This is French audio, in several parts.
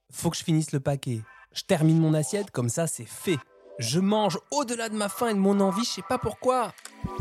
faut que je finisse le paquet. Je termine mon assiette, comme ça c'est fait. Je mange au-delà de ma faim et de mon envie, je sais pas pourquoi.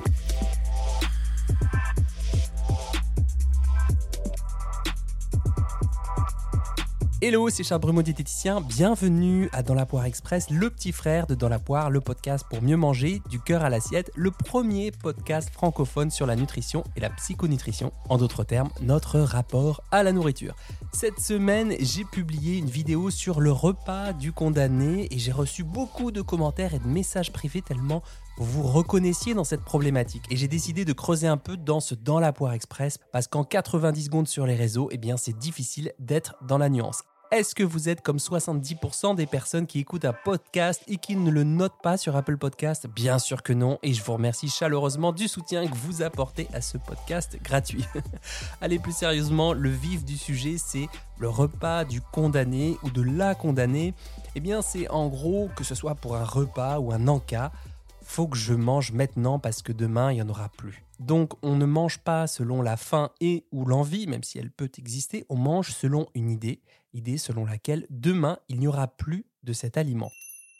Hello, c'est Charles Brumeau, diététicien. Bienvenue à Dans la Poire Express, le petit frère de Dans la Poire, le podcast pour mieux manger, du cœur à l'assiette, le premier podcast francophone sur la nutrition et la psychonutrition. En d'autres termes, notre rapport à la nourriture. Cette semaine, j'ai publié une vidéo sur le repas du condamné et j'ai reçu beaucoup de commentaires et de messages privés tellement vous vous reconnaissiez dans cette problématique. Et j'ai décidé de creuser un peu dans ce Dans la Poire Express parce qu'en 90 secondes sur les réseaux, c'est difficile d'être dans la nuance. Est-ce que vous êtes comme 70% des personnes qui écoutent un podcast et qui ne le notent pas sur Apple Podcast ? Bien sûr que non, et je vous remercie chaleureusement du soutien que vous apportez à ce podcast gratuit. Allez, plus sérieusement, le vif du sujet, c'est le repas du condamné ou de la condamnée. C'est en gros, que ce soit pour un repas ou un encas, faut que je mange maintenant parce que demain, il n'y en aura plus. Donc, on ne mange pas selon la faim et ou l'envie, même si elle peut exister, on mange selon une idée selon laquelle demain, il n'y aura plus de cet aliment.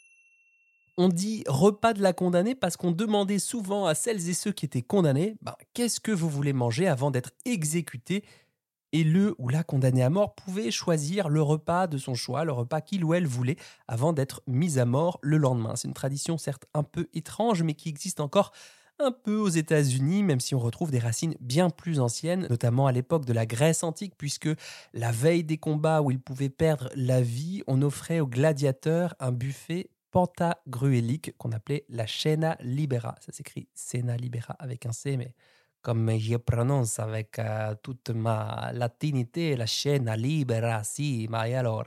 On dit repas de la condamnée parce qu'on demandait souvent à celles et ceux qui étaient condamnés qu'est-ce que vous voulez manger avant d'être exécuté ? Et le ou la condamné à mort pouvait choisir le repas de son choix, le repas qu'il ou elle voulait avant d'être mis à mort le lendemain. C'est une tradition certes un peu étrange, mais qui existe encore un peu aux États-Unis, même si on retrouve des racines bien plus anciennes, notamment à l'époque de la Grèce antique, puisque la veille des combats où ils pouvaient perdre la vie, on offrait aux gladiateurs un buffet pantagruélique qu'on appelait la cena libera. Ça s'écrit cena libera avec un C, mais comme je prononce avec toute ma latinité, la cena libera, si, ma alors.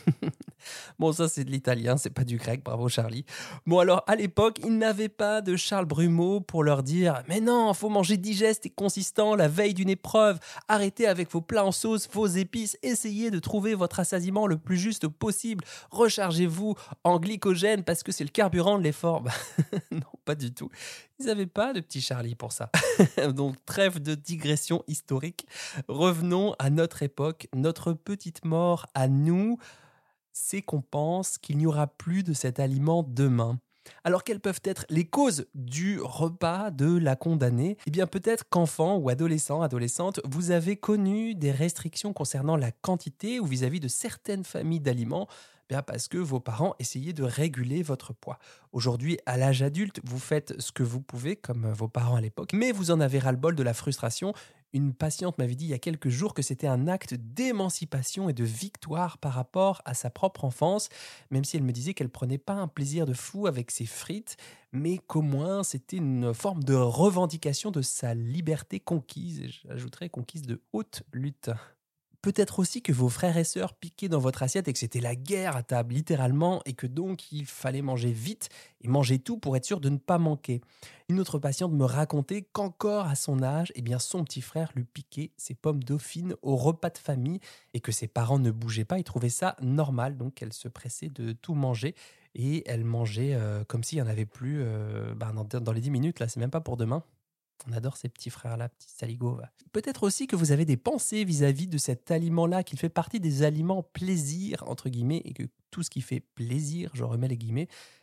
Bon, ça c'est de l'italien, c'est pas du grec, bravo Charlie. Bon alors, à l'époque, ils n'avaient pas de Charles Brumeau pour leur dire « Mais non, faut manger digeste et consistant la veille d'une épreuve. Arrêtez avec vos plats en sauce, vos épices, essayez de trouver votre rassasiement le plus juste possible. Rechargez-vous en glycogène parce que c'est le carburant de l'effort. » Non, pas du tout. Ils n'avaient pas de petit Charlie pour ça. Donc, trêve de digression historique. Revenons à notre époque, notre petite mort à nous. C'est qu'on pense qu'il n'y aura plus de cet aliment demain. Alors, quelles peuvent être les causes du repas de la condamnée ? Peut-être qu'enfant ou adolescente, vous avez connu des restrictions concernant la quantité ou vis-à-vis de certaines familles d'aliments, parce que vos parents essayaient de réguler votre poids. Aujourd'hui, à l'âge adulte, vous faites ce que vous pouvez, comme vos parents à l'époque, mais vous en avez ras-le-bol de la frustration. Une patiente m'avait dit il y a quelques jours que c'était un acte d'émancipation et de victoire par rapport à sa propre enfance, même si elle me disait qu'elle prenait pas un plaisir de fou avec ses frites, mais qu'au moins c'était une forme de revendication de sa liberté conquise, et j'ajouterais conquise de haute lutte. Peut-être aussi que vos frères et sœurs piquaient dans votre assiette et que c'était la guerre à table, littéralement, et que donc il fallait manger vite et manger tout pour être sûr de ne pas manquer. Une autre patiente me racontait qu'encore à son âge, son petit frère lui piquait ses pommes dauphines au repas de famille et que ses parents ne bougeaient pas, ils trouvaient ça normal, donc elle se pressait de tout manger et elle mangeait comme s'il n'y en avait plus dans les 10 minutes, là, c'est même pas pour demain. On adore ces petits frères-là, petits saligots. Peut-être aussi que vous avez des pensées vis-à-vis de cet aliment-là, qu'il fait partie des aliments plaisir, entre guillemets, et que tout ce qui fait plaisir, je remets les guillemets,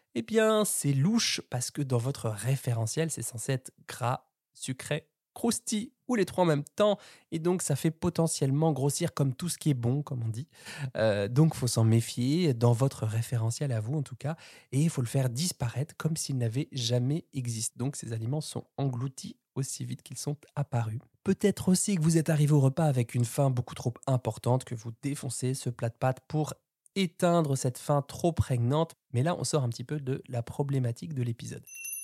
c'est louche parce que dans votre référentiel, c'est censé être gras, sucré, croustillant ou les trois en même temps. Et donc, ça fait potentiellement grossir comme tout ce qui est bon, comme on dit. Donc, il faut s'en méfier dans votre référentiel à vous, en tout cas. Et il faut le faire disparaître comme s'il n'avait jamais existé. Donc, ces aliments sont engloutis aussi vite qu'ils sont apparus. Peut-être aussi que vous êtes arrivé au repas avec une faim beaucoup trop importante, que vous défoncez ce plat de pâtes pour éteindre cette faim trop prégnante. Mais là, on sort un petit peu de la problématique de l'épisode.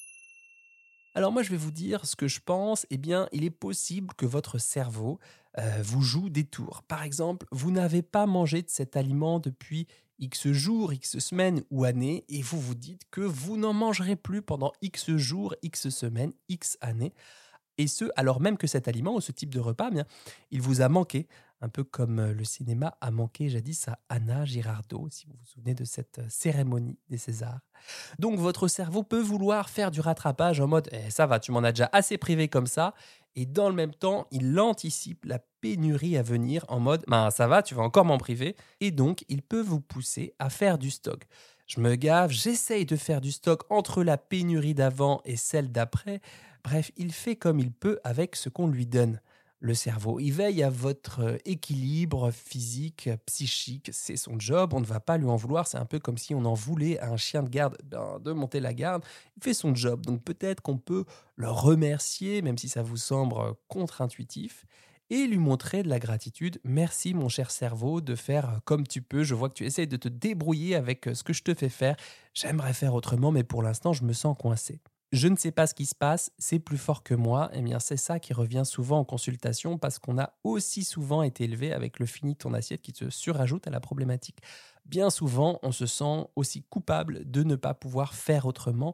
Alors moi, je vais vous dire ce que je pense. Il est possible que votre cerveau vous joue des tours. Par exemple, vous n'avez pas mangé de cet aliment depuis X jours, X semaines ou années et vous vous dites que vous n'en mangerez plus pendant X jours, X semaines, X années. Et ce, alors même que cet aliment ou ce type de repas, il vous a manqué. Un peu comme le cinéma a manqué jadis à Anna Girardot, si vous vous souvenez de cette cérémonie des Césars. Donc votre cerveau peut vouloir faire du rattrapage en mode ça va, tu m'en as déjà assez privé comme ça, Et dans le même temps, il anticipe la pénurie à venir en mode « ça va, tu vas encore m'en priver ?» Et donc, il peut vous pousser à faire du stock. Je me gave, j'essaye de faire du stock entre la pénurie d'avant et celle d'après. Bref, il fait comme il peut avec ce qu'on lui donne. Le cerveau, il veille à votre équilibre physique, psychique, c'est son job, on ne va pas lui en vouloir, c'est un peu comme si on en voulait à un chien de garde de monter la garde, il fait son job, donc peut-être qu'on peut le remercier, même si ça vous semble contre-intuitif, et lui montrer de la gratitude. Merci mon cher cerveau de faire comme tu peux, je vois que tu essayes de te débrouiller avec ce que je te fais faire, j'aimerais faire autrement, mais pour l'instant je me sens coincé. Je ne sais pas ce qui se passe, c'est plus fort que moi. Eh bien, c'est ça qui revient souvent en consultation parce qu'on a aussi souvent été élevé avec le fini de ton assiette qui se surajoute à la problématique. Bien souvent, on se sent aussi coupable de ne pas pouvoir faire autrement.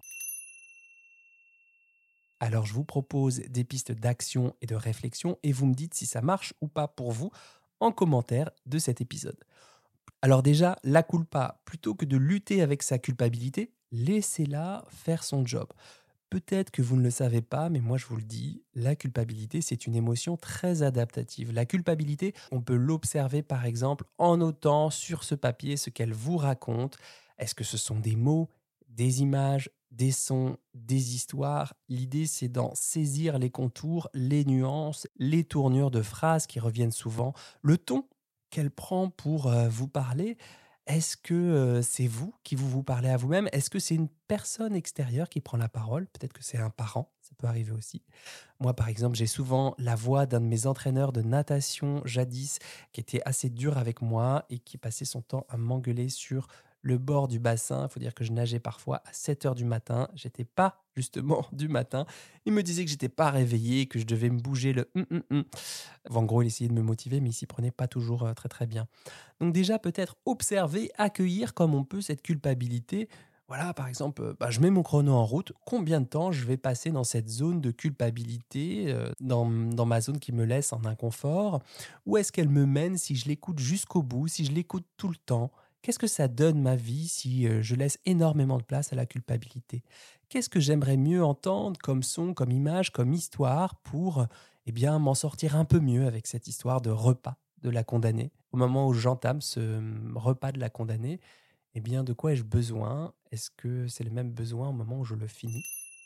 Alors, je vous propose des pistes d'action et de réflexion et vous me dites si ça marche ou pas pour vous en commentaire de cet épisode. Alors déjà, la culpa, plutôt que de lutter avec sa culpabilité, laissez-la faire son job. Peut-être que vous ne le savez pas, mais moi je vous le dis, la culpabilité, c'est une émotion très adaptative. La culpabilité, on peut l'observer par exemple en notant sur ce papier ce qu'elle vous raconte. Est-ce que ce sont des mots, des images, des sons, des histoires? L'idée, c'est d'en saisir les contours, les nuances, les tournures de phrases qui reviennent souvent, le ton qu'elle prend pour vous parler. Est-ce que c'est vous qui vous parlez à vous-même? Est-ce que c'est une personne extérieure qui prend la parole? Peut-être que c'est un parent, ça peut arriver aussi. Moi, par exemple, j'ai souvent la voix d'un de mes entraîneurs de natation jadis qui était assez dur avec moi et qui passait son temps à m'engueuler sur le bord du bassin. Il faut dire que je nageais parfois à 7 heures du matin. J'étais pas justement du matin. Il me disait que j'étais pas réveillé, que je devais me bouger le En gros, il essayait de me motiver, mais il s'y prenait pas toujours très très bien. Donc déjà, peut-être observer, accueillir comme on peut cette culpabilité. Voilà, par exemple, je mets mon chrono en route. Combien de temps je vais passer dans cette zone de culpabilité, dans ma zone qui me laisse en inconfort? Où est-ce qu'elle me mène si je l'écoute jusqu'au bout, si je l'écoute tout le temps? Qu'est-ce que ça donne ma vie si je laisse énormément de place à la culpabilité? Qu'est-ce que j'aimerais mieux entendre comme son, comme image, comme histoire pour m'en sortir un peu mieux avec cette histoire de repas de la condamnée? Au moment où j'entame ce repas de la condamnée, de quoi ai-je besoin? Est-ce que c'est le même besoin au moment où je le finis?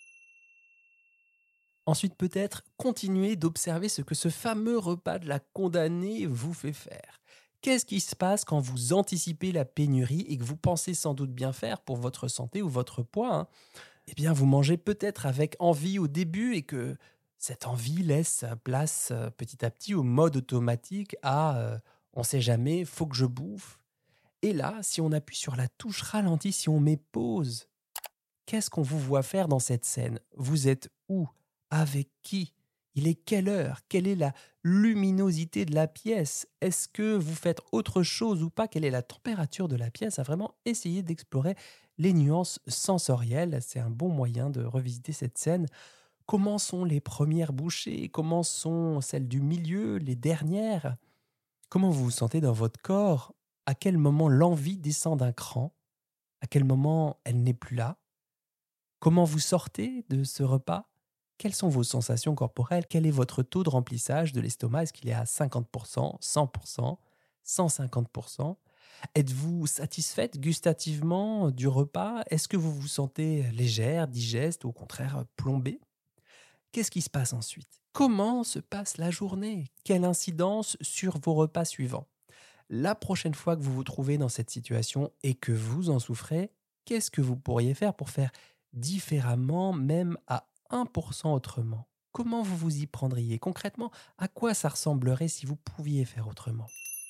Ensuite, peut-être continuer d'observer ce que ce fameux repas de la condamnée vous fait faire. Qu'est-ce qui se passe quand vous anticipez la pénurie et que vous pensez sans doute bien faire pour votre santé ou votre poids, hein? Vous mangez peut-être avec envie au début et que cette envie laisse place petit à petit au mode automatique à on sait jamais, faut que je bouffe. Et là, si on appuie sur la touche ralenti, si on met pause, qu'est-ce qu'on vous voit faire dans cette scène? Vous êtes où? Avec qui? Il est quelle heure? Quelle est la luminosité de la pièce? Est-ce que vous faites autre chose ou pas? Quelle est la température de la pièce? À vraiment essayer d'explorer les nuances sensorielles. C'est un bon moyen de revisiter cette scène. Comment sont les premières bouchées? Comment sont celles du milieu, les dernières? Comment vous vous sentez dans votre corps? À quel moment l'envie descend d'un cran? À quel moment elle n'est plus là? Comment vous sortez de ce repas? Quelles sont vos sensations corporelles? Quel est votre taux de remplissage de l'estomac? Est-ce qu'il est à 50%, 100%, 150%? Êtes-vous satisfaite gustativement du repas? Est-ce que vous vous sentez légère, digeste ou au contraire plombée? Qu'est-ce qui se passe ensuite? Comment se passe la journée? Quelle incidence sur vos repas suivants? La prochaine fois que vous vous trouvez dans cette situation et que vous en souffrez, qu'est-ce que vous pourriez faire pour faire différemment, même à 1% autrement? Comment vous vous y prendriez? Concrètement, à quoi ça ressemblerait si vous pouviez faire autrement?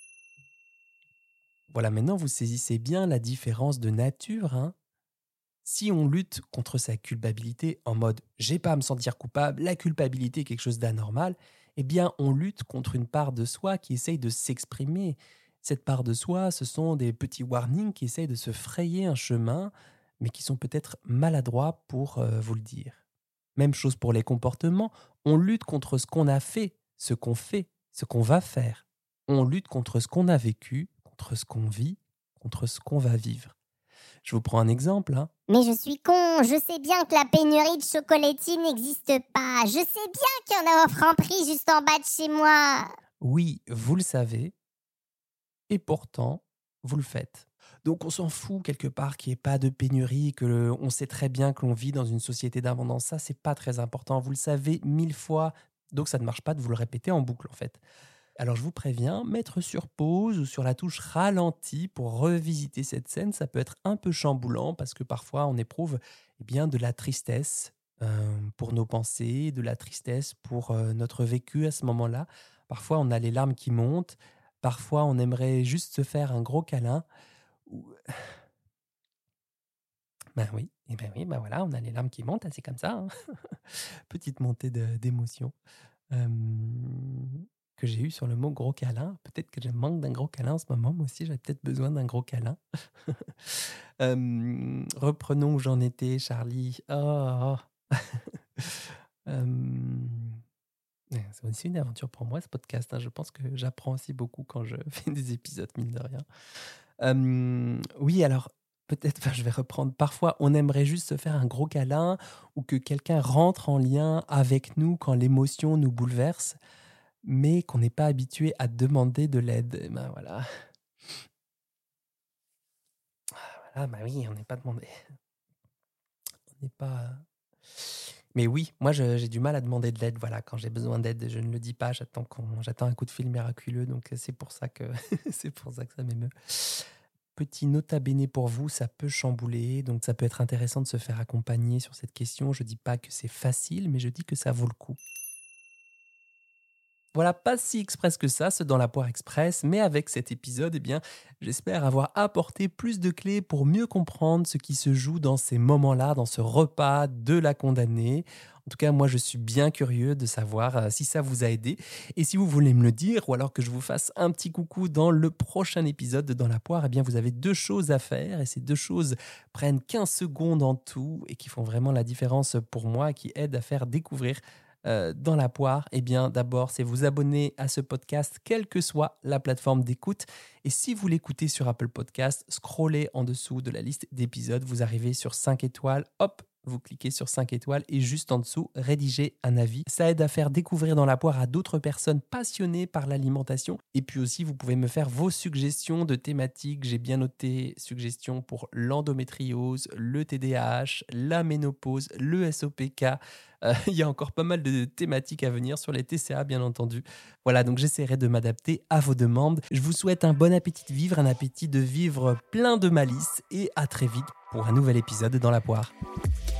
Voilà, maintenant vous saisissez bien la différence de nature, hein. Si on lutte contre sa culpabilité en mode j'ai pas à me sentir coupable, la culpabilité est quelque chose d'anormal, on lutte contre une part de soi qui essaye de s'exprimer. Cette part de soi, ce sont des petits warnings qui essayent de se frayer un chemin, mais qui sont peut-être maladroits pour vous le dire. Même chose pour les comportements, on lutte contre ce qu'on a fait, ce qu'on fait, ce qu'on va faire. On lutte contre ce qu'on a vécu, contre ce qu'on vit, contre ce qu'on va vivre. Je vous prends un exemple, hein. Mais je suis con, je sais bien que la pénurie de chocolatine n'existe pas. Je sais bien qu'il y en a un Franprix juste en bas de chez moi. Oui, vous le savez, et pourtant, vous le faites. Donc on s'en fout quelque part qu'il n'y ait pas de pénurie, on sait très bien que l'on vit dans une société d'abondance. Ça, c'est pas très important. Vous le savez 1000 fois, donc ça ne marche pas de vous le répéter en boucle en fait. Alors je vous préviens, mettre sur pause ou sur la touche ralenti pour revisiter cette scène, ça peut être un peu chamboulant parce que parfois on éprouve de la tristesse pour nos pensées, de la tristesse pour notre vécu à ce moment-là. Parfois on a les larmes qui montent, parfois on aimerait juste se faire un gros câlin. Ou- Ben oui, voilà, on a les larmes qui montent, hein, c'est comme ça, hein. Petite montée d'émotion que j'ai eue sur le mot gros câlin. Peut-être que je manque d'un gros câlin en ce moment. Moi aussi, j'avais peut-être besoin d'un gros câlin. Reprenons où j'en étais, Charlie. Oh. C'est aussi une aventure pour moi, ce podcast, hein. Je pense que j'apprends aussi beaucoup quand je fais des épisodes, mine de rien. Oui, alors, peut-être, je vais reprendre. Parfois, on aimerait juste se faire un gros câlin ou que quelqu'un rentre en lien avec nous quand l'émotion nous bouleverse, mais qu'on n'est pas habitué à demander de l'aide. Et ben voilà. Voilà, bah oui, on n'est pas demandé. On n'est pas. Mais oui, moi j'ai du mal à demander de l'aide. Voilà, quand j'ai besoin d'aide, je ne le dis pas. J'attends un coup de fil miraculeux. Donc c'est pour ça que c'est pour ça que ça m'émeut. Petit nota bene pour vous, ça peut chambouler. Donc ça peut être intéressant de se faire accompagner sur cette question. Je dis pas que c'est facile, mais je dis que ça vaut le coup. Voilà, pas si express que ça, ce Dans la poire express, mais avec cet épisode, j'espère avoir apporté plus de clés pour mieux comprendre ce qui se joue dans ces moments-là, dans ce repas de la condamnée. En tout cas, moi, je suis bien curieux de savoir si ça vous a aidé. Et si vous voulez me le dire, ou alors que je vous fasse un petit coucou dans le prochain épisode de Dans la poire, vous avez 2 choses à faire. Et ces 2 choses prennent 15 secondes en tout et qui font vraiment la différence pour moi, qui aident à faire découvrir dans la poire. D'abord, c'est vous abonner à ce podcast, quelle que soit la plateforme d'écoute. Et si vous l'écoutez sur Apple Podcast, scrollez en dessous de la liste d'épisodes, vous arrivez sur 5 étoiles, hop, vous cliquez sur 5 étoiles et juste en dessous, rédigez un avis. Ça aide à faire découvrir Dans la poire à d'autres personnes passionnées par l'alimentation. Et puis aussi, vous pouvez me faire vos suggestions de thématiques. J'ai bien noté suggestions pour l'endométriose, le TDAH, la ménopause, le SOPK. Il y a encore pas mal de thématiques à venir sur les TCA, bien entendu. Voilà, donc j'essaierai de m'adapter à vos demandes. Je vous souhaite un bon appétit de vivre, un appétit de vivre plein de malice et à très vite pour un nouvel épisode Dans la poire.